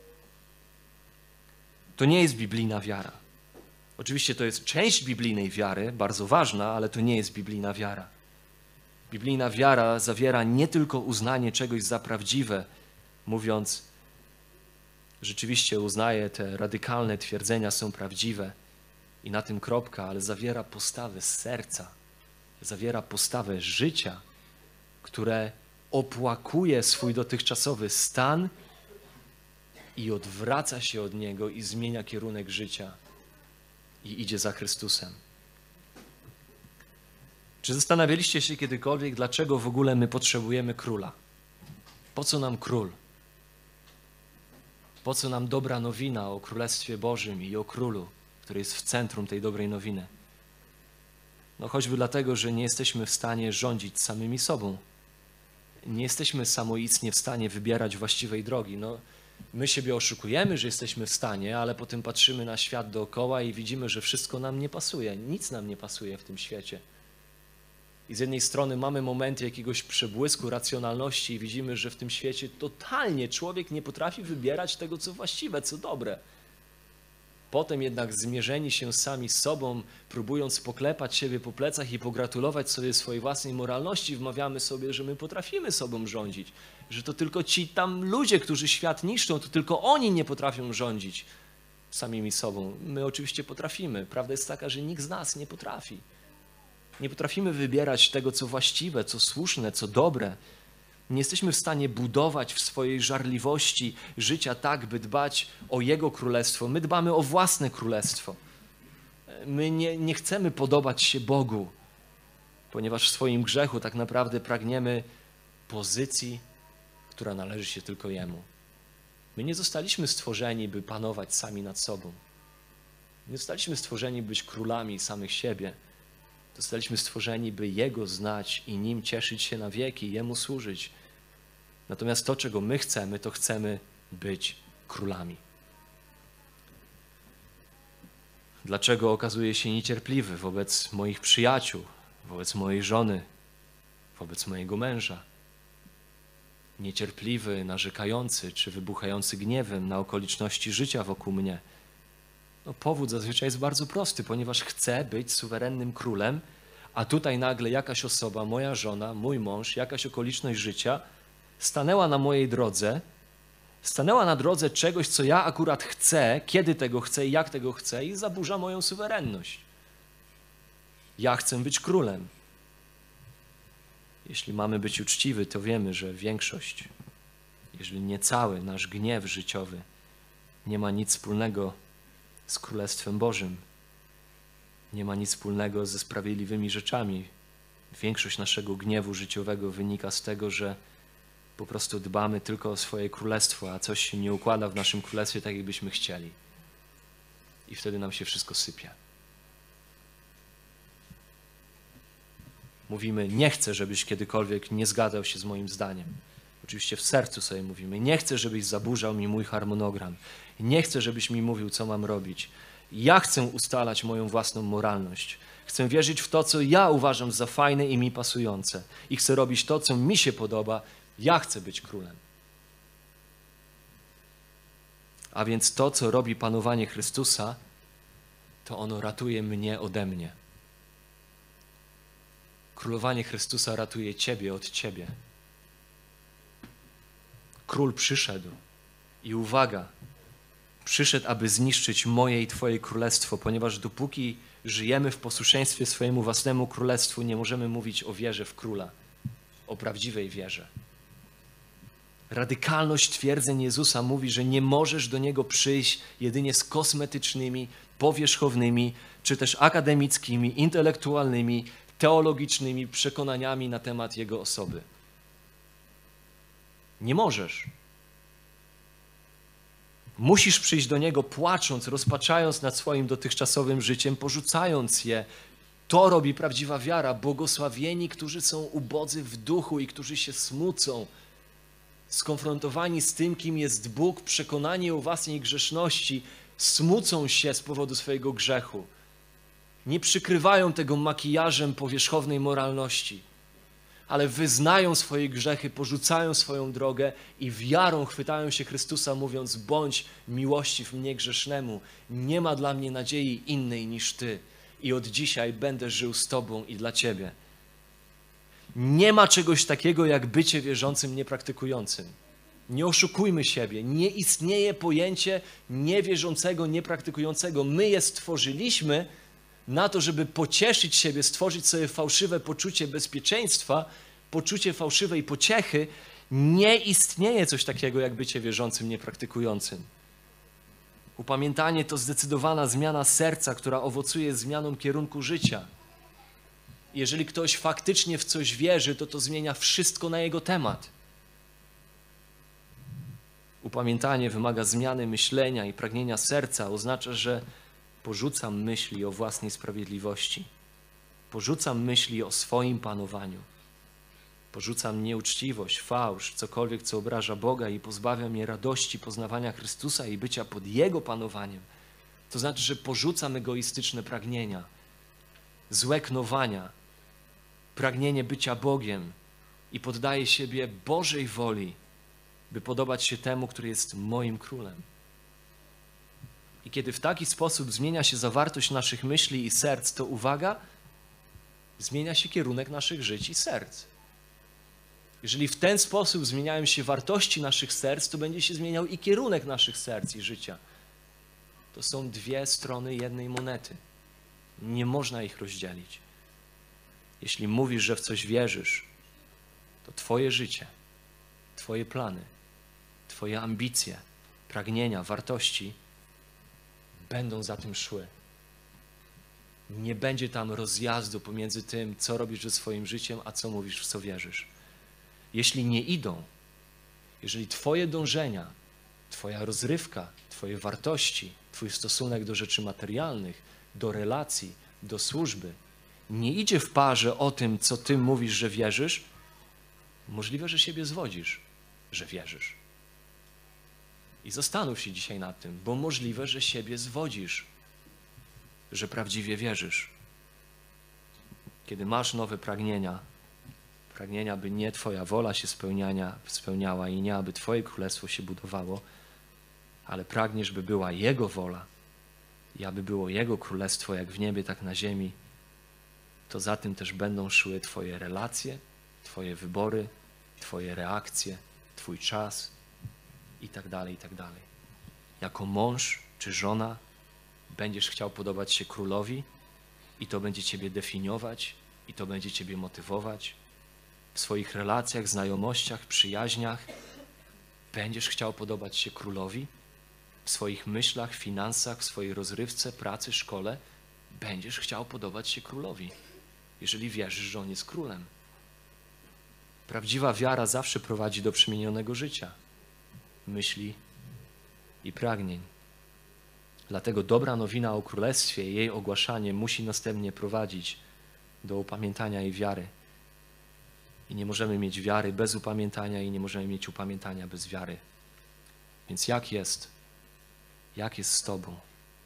To nie jest biblijna wiara. Oczywiście to jest część biblijnej wiary, bardzo ważna, ale to nie jest biblijna wiara. Biblijna wiara zawiera nie tylko uznanie czegoś za prawdziwe, mówiąc, rzeczywiście uznaję, te radykalne twierdzenia są prawdziwe i na tym kropka, ale zawiera postawę z serca, zawiera postawę życia, które opłakuje swój dotychczasowy stan i odwraca się od niego i zmienia kierunek życia i idzie za Chrystusem. Czy zastanawialiście się kiedykolwiek, dlaczego w ogóle my potrzebujemy króla? Po co nam król? Po co nam dobra nowina o Królestwie Bożym i o Królu, który jest w centrum tej dobrej nowiny? No choćby dlatego, że nie jesteśmy w stanie rządzić samymi sobą. Nie jesteśmy samoistnie w stanie wybierać właściwej drogi. No, my siebie oszukujemy, że jesteśmy w stanie, ale potem patrzymy na świat dookoła i widzimy, że wszystko nam nie pasuje. Nic nam nie pasuje w tym świecie. I z jednej strony mamy momenty jakiegoś przebłysku racjonalności i widzimy, że w tym świecie totalnie człowiek nie potrafi wybierać tego, co właściwe, co dobre. Potem jednak zmierzeni się sami z sobą, próbując poklepać siebie po plecach i pogratulować sobie swojej własnej moralności, wmawiamy sobie, że my potrafimy sobą rządzić, że to tylko ci tam ludzie, którzy świat niszczą, to tylko oni nie potrafią rządzić samymi sobą. My oczywiście potrafimy. Prawda jest taka, że nikt z nas nie potrafi. Nie potrafimy wybierać tego, co właściwe, co słuszne, co dobre. Nie jesteśmy w stanie budować w swojej żarliwości życia tak, by dbać o Jego królestwo. My dbamy o własne królestwo. My nie chcemy podobać się Bogu, ponieważ w swoim grzechu tak naprawdę pragniemy pozycji, która należy się tylko Jemu. My nie zostaliśmy stworzeni, by panować sami nad sobą. Nie zostaliśmy stworzeni, by być królami samych siebie. Zostaliśmy stworzeni, by Jego znać i Nim cieszyć się na wieki, Jemu służyć. Natomiast to, czego my chcemy, to chcemy być królami. Dlaczego okazuję się niecierpliwy wobec moich przyjaciół, wobec mojej żony, wobec mojego męża? Niecierpliwy, narzekający czy wybuchający gniewem na okoliczności życia wokół mnie? No, powód zazwyczaj jest bardzo prosty, ponieważ chcę być suwerennym królem, a tutaj nagle jakaś osoba, moja żona, mój mąż, jakaś okoliczność życia stanęła na mojej drodze, stanęła na drodze czegoś, co ja akurat chcę, kiedy tego chcę i jak tego chcę i zaburza moją suwerenność. Ja chcę być królem. Jeśli mamy być uczciwi, to wiemy, że większość, jeżeli nie cały nasz gniew życiowy, nie ma nic wspólnego z Królestwem Bożym. Nie ma nic wspólnego ze sprawiedliwymi rzeczami. Większość naszego gniewu życiowego wynika z tego, że po prostu dbamy tylko o swoje królestwo, a coś się nie układa w naszym królestwie tak, jakbyśmy chcieli. I wtedy nam się wszystko sypie. Mówimy, nie chcę, żebyś kiedykolwiek nie zgadzał się z moim zdaniem. Oczywiście w sercu sobie mówimy, nie chcę, żebyś zaburzał mi mój harmonogram. Nie chcę, żebyś mi mówił, co mam robić. Ja chcę ustalać moją własną moralność. Chcę wierzyć w to, co ja uważam za fajne i mi pasujące. I chcę robić to, co mi się podoba. Ja chcę być królem. A więc to, co robi panowanie Chrystusa, to ono ratuje mnie ode mnie. Królowanie Chrystusa ratuje ciebie od ciebie. Król przyszedł i uwaga, przyszedł, aby zniszczyć moje i twoje królestwo, ponieważ dopóki żyjemy w posłuszeństwie swojemu własnemu królestwu, nie możemy mówić o wierze w króla, o prawdziwej wierze. Radykalność twierdzeń Jezusa mówi, że nie możesz do Niego przyjść jedynie z kosmetycznymi, powierzchownymi, czy też akademickimi, intelektualnymi, teologicznymi przekonaniami na temat Jego osoby. Nie możesz. Musisz przyjść do Niego płacząc, rozpaczając nad swoim dotychczasowym życiem, porzucając je. To robi prawdziwa wiara. Błogosławieni, którzy są ubodzy w duchu i którzy się smucą, skonfrontowani z tym, kim jest Bóg, przekonani o własnej grzeszności, smucą się z powodu swojego grzechu. Nie przykrywają tego makijażem powierzchownej moralności, ale wyznają swoje grzechy, porzucają swoją drogę i wiarą chwytają się Chrystusa, mówiąc: bądź miłościw mnie grzesznemu, nie ma dla mnie nadziei innej niż Ty i od dzisiaj będę żył z Tobą i dla Ciebie. Nie ma czegoś takiego jak bycie wierzącym niepraktykującym. Nie oszukujmy siebie, nie istnieje pojęcie niewierzącego, niepraktykującego. My je stworzyliśmy na to, żeby pocieszyć siebie, stworzyć sobie fałszywe poczucie bezpieczeństwa, poczucie fałszywej pociechy. Nie istnieje coś takiego jak bycie wierzącym, niepraktykującym. Upamiętanie to zdecydowana zmiana serca, która owocuje zmianą kierunku życia. Jeżeli ktoś faktycznie w coś wierzy, to zmienia wszystko na jego temat. Upamiętanie wymaga zmiany myślenia i pragnienia serca. Oznacza, że porzucam myśli o własnej sprawiedliwości. Porzucam myśli o swoim panowaniu. Porzucam nieuczciwość, fałsz, cokolwiek, co obraża Boga i pozbawia mnie radości poznawania Chrystusa i bycia pod Jego panowaniem. To znaczy, że porzucam egoistyczne pragnienia, złe knowania, pragnienie bycia Bogiem i poddaję siebie Bożej woli, by podobać się temu, który jest moim królem. I kiedy w taki sposób zmienia się zawartość naszych myśli i serc, to uwaga, zmienia się kierunek naszych żyć i serc. Jeżeli w ten sposób zmieniają się wartości naszych serc, to będzie się zmieniał i kierunek naszych serc i życia. To są dwie strony jednej monety. Nie można ich rozdzielić. Jeśli mówisz, że w coś wierzysz, to Twoje życie, Twoje plany, Twoje ambicje, pragnienia, wartości będą za tym szły. Nie będzie tam rozjazdu pomiędzy tym, co robisz ze swoim życiem, a co mówisz, w co wierzysz. Jeśli nie idą, jeżeli Twoje dążenia, Twoja rozrywka, Twoje wartości, Twój stosunek do rzeczy materialnych, do relacji, do służby nie idzie w parze o tym, co Ty mówisz, że wierzysz, możliwe, że siebie zwodzisz, że wierzysz. I zastanów się dzisiaj nad tym, bo możliwe, że siebie zwodzisz, że prawdziwie wierzysz. Kiedy masz nowe pragnienia, by nie Twoja wola się spełniała i nie aby Twoje królestwo się budowało, ale pragniesz, by była Jego wola i aby było Jego królestwo jak w niebie, tak na ziemi, to za tym też będą szły Twoje relacje, Twoje wybory, Twoje reakcje, Twój czas i tak dalej, i tak dalej. Jako mąż czy żona będziesz chciał podobać się królowi i to będzie Ciebie definiować i to będzie Ciebie motywować. W swoich relacjach, znajomościach, przyjaźniach będziesz chciał podobać się królowi. W swoich myślach, finansach, w swojej rozrywce, pracy, szkole będziesz chciał podobać się królowi, jeżeli wierzysz, że On jest królem. Prawdziwa wiara zawsze prowadzi do przemienionego życia, myśli i pragnień. Dlatego dobra nowina o Królestwie i jej ogłaszanie musi następnie prowadzić do upamiętania i wiary. I nie możemy mieć wiary bez upamiętania i nie możemy mieć upamiętania bez wiary. Więc jak jest? Jak jest z Tobą?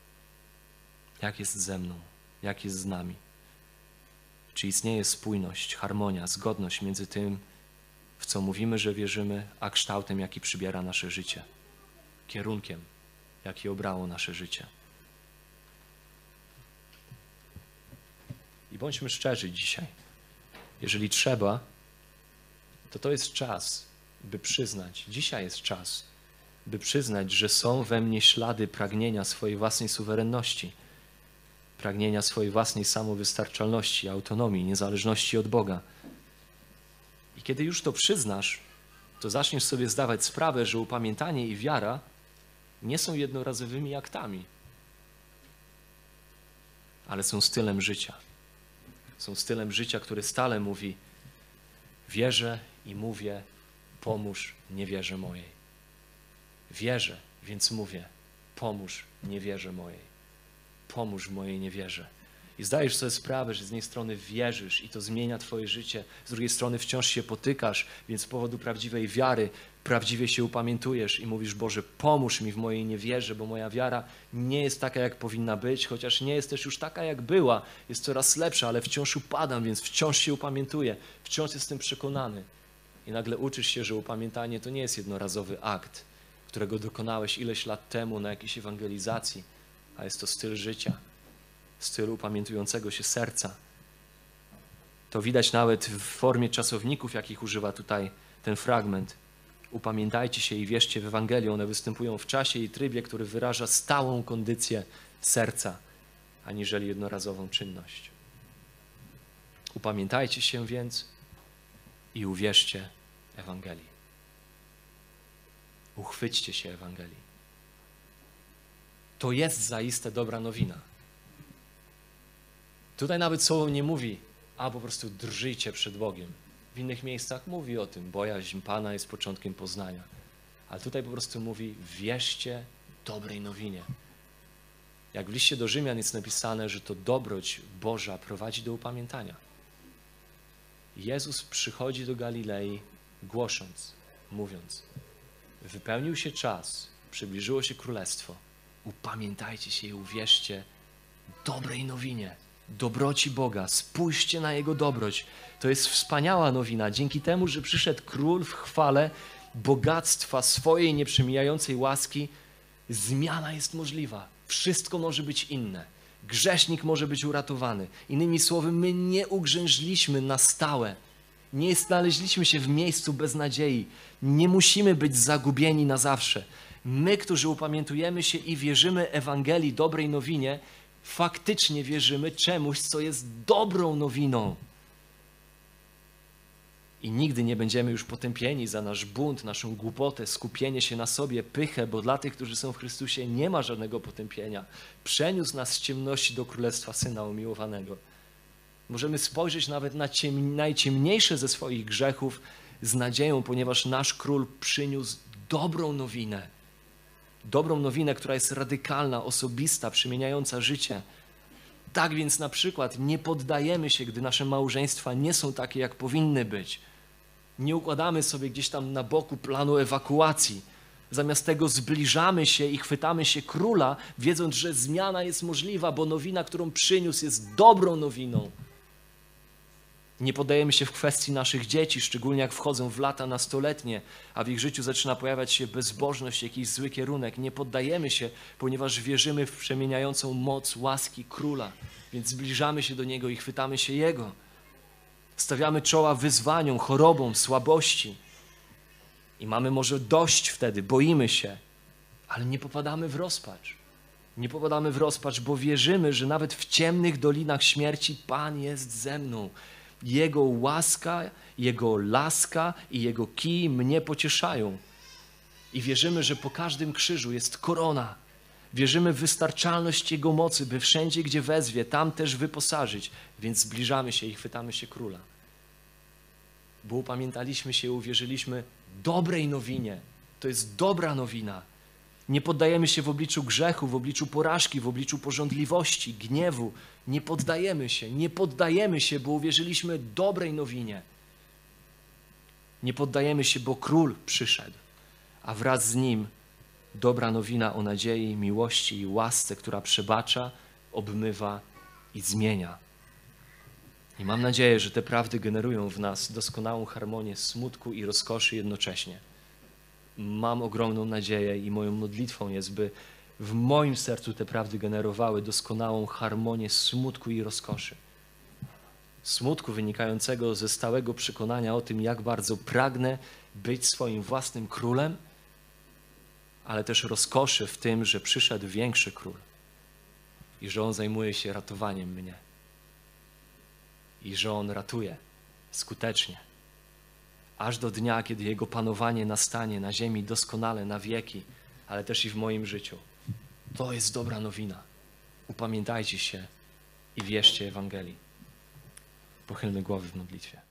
Jak jest ze mną? Jak jest z nami? Czy istnieje spójność, harmonia, zgodność między tym, w co mówimy, że wierzymy, a kształtem, jaki przybiera nasze życie? Kierunkiem, jaki obrało nasze życie. I bądźmy szczerzy dzisiaj. Jeżeli trzeba, to jest czas, by przyznać, dzisiaj jest czas, by przyznać, że są we mnie ślady pragnienia swojej własnej suwerenności, pragnienia swojej własnej samowystarczalności, autonomii, niezależności od Boga. I kiedy już to przyznasz, to zaczniesz sobie zdawać sprawę, że upamiętanie i wiara nie są jednorazowymi aktami, ale są stylem życia. Są stylem życia, który stale mówi: wierzę i mówię, pomóż niewierze mojej. Wierzę, więc mówię, pomóż niewierze mojej. Pomóż mojej niewierze. I zdajesz sobie sprawę, że z jednej strony wierzysz i to zmienia Twoje życie, z drugiej strony wciąż się potykasz, więc z powodu prawdziwej wiary prawdziwie się upamiętujesz i mówisz: Boże, pomóż mi w mojej niewierze, bo moja wiara nie jest taka, jak powinna być, chociaż nie jest też już taka, jak była, jest coraz lepsza, ale wciąż upadam, więc wciąż się upamiętuję, wciąż jestem przekonany. I nagle uczysz się, że upamiętanie to nie jest jednorazowy akt, którego dokonałeś ileś lat temu na jakiejś ewangelizacji, a jest to styl życia, styl upamiętującego się serca. To widać nawet w formie czasowników, jakich używa tutaj ten fragment. Upamiętajcie się i wierzcie w Ewangelię. One występują w czasie i trybie, który wyraża stałą kondycję serca, aniżeli jednorazową czynność. Upamiętajcie się więc i uwierzcie Ewangelii. Uchwyćcie się Ewangelii. To jest zaiste dobra nowina. Tutaj nawet słowo nie mówi: a po prostu drżyjcie przed Bogiem. W innych miejscach mówi o tym, bojaźń Pana jest początkiem poznania. Ale tutaj po prostu mówi, wierzcie dobrej nowinie. Jak w liście do Rzymian jest napisane, że to dobroć Boża prowadzi do upamiętania. Jezus przychodzi do Galilei głosząc, mówiąc, wypełnił się czas, przybliżyło się królestwo, upamiętajcie się i uwierzcie dobrej nowinie, dobroci Boga, spójrzcie na Jego dobroć. To jest wspaniała nowina. Dzięki temu, że przyszedł Król w chwale bogactwa swojej nieprzemijającej łaski, zmiana jest możliwa. Wszystko może być inne. Grzesznik może być uratowany. Innymi słowy, my nie ugrzęźliśmy na stałe. Nie znaleźliśmy się w miejscu bez nadziei. Nie musimy być zagubieni na zawsze. My, którzy upamiętujemy się i wierzymy Ewangelii, dobrej nowinie, faktycznie wierzymy czemuś, co jest dobrą nowiną. I nigdy nie będziemy już potępieni za nasz bunt, naszą głupotę, skupienie się na sobie, pychę, bo dla tych, którzy są w Chrystusie, nie ma żadnego potępienia. Przeniósł nas z ciemności do królestwa Syna umiłowanego. Możemy spojrzeć nawet na najciemniejsze ze swoich grzechów z nadzieją, ponieważ nasz Król przyniósł dobrą nowinę. Dobrą nowinę, która jest radykalna, osobista, przemieniająca życie. Tak więc na przykład nie poddajemy się, gdy nasze małżeństwa nie są takie, jak powinny być. Nie układamy sobie gdzieś tam na boku planu ewakuacji. Zamiast tego zbliżamy się i chwytamy się Króla, wiedząc, że zmiana jest możliwa, bo nowina, którą przyniósł, jest dobrą nowiną. Nie poddajemy się w kwestii naszych dzieci, szczególnie jak wchodzą w lata nastoletnie, a w ich życiu zaczyna pojawiać się bezbożność, jakiś zły kierunek. Nie poddajemy się, ponieważ wierzymy w przemieniającą moc łaski Króla, więc zbliżamy się do Niego i chwytamy się Jego. Stawiamy czoła wyzwaniom, chorobom, słabości i mamy może dość wtedy, boimy się, ale nie popadamy w rozpacz. Nie popadamy w rozpacz, bo wierzymy, że nawet w ciemnych dolinach śmierci Pan jest ze mną. Jego łaska, Jego laska i Jego kij mnie pocieszają. I wierzymy, że po każdym krzyżu jest korona. Wierzymy w wystarczalność Jego mocy, by wszędzie, gdzie wezwie, tam też wyposażyć. Więc zbliżamy się i chwytamy się Króla. Bo upamiętaliśmy się i uwierzyliśmy dobrej nowinie. To jest dobra nowina. Nie poddajemy się w obliczu grzechu, w obliczu porażki, w obliczu pożądliwości, gniewu. Nie poddajemy się, bo uwierzyliśmy dobrej nowinie. Nie poddajemy się, bo Król przyszedł, a wraz z Nim dobra nowina o nadziei, miłości i łasce, która przebacza, obmywa i zmienia. I mam nadzieję, że te prawdy generują w nas doskonałą harmonię smutku i rozkoszy jednocześnie. Mam ogromną nadzieję i moją modlitwą jest, by w moim sercu te prawdy generowały doskonałą harmonię smutku i rozkoszy. Smutku wynikającego ze stałego przekonania o tym, jak bardzo pragnę być swoim własnym królem, ale też rozkoszy w tym, że przyszedł większy król i że on zajmuje się ratowaniem mnie. I że on ratuje skutecznie. Aż do dnia, kiedy Jego panowanie nastanie na ziemi doskonale na wieki, ale też i w moim życiu. To jest dobra nowina. Upamiętajcie się i wierzcie Ewangelii. Pochylmy głowy w modlitwie.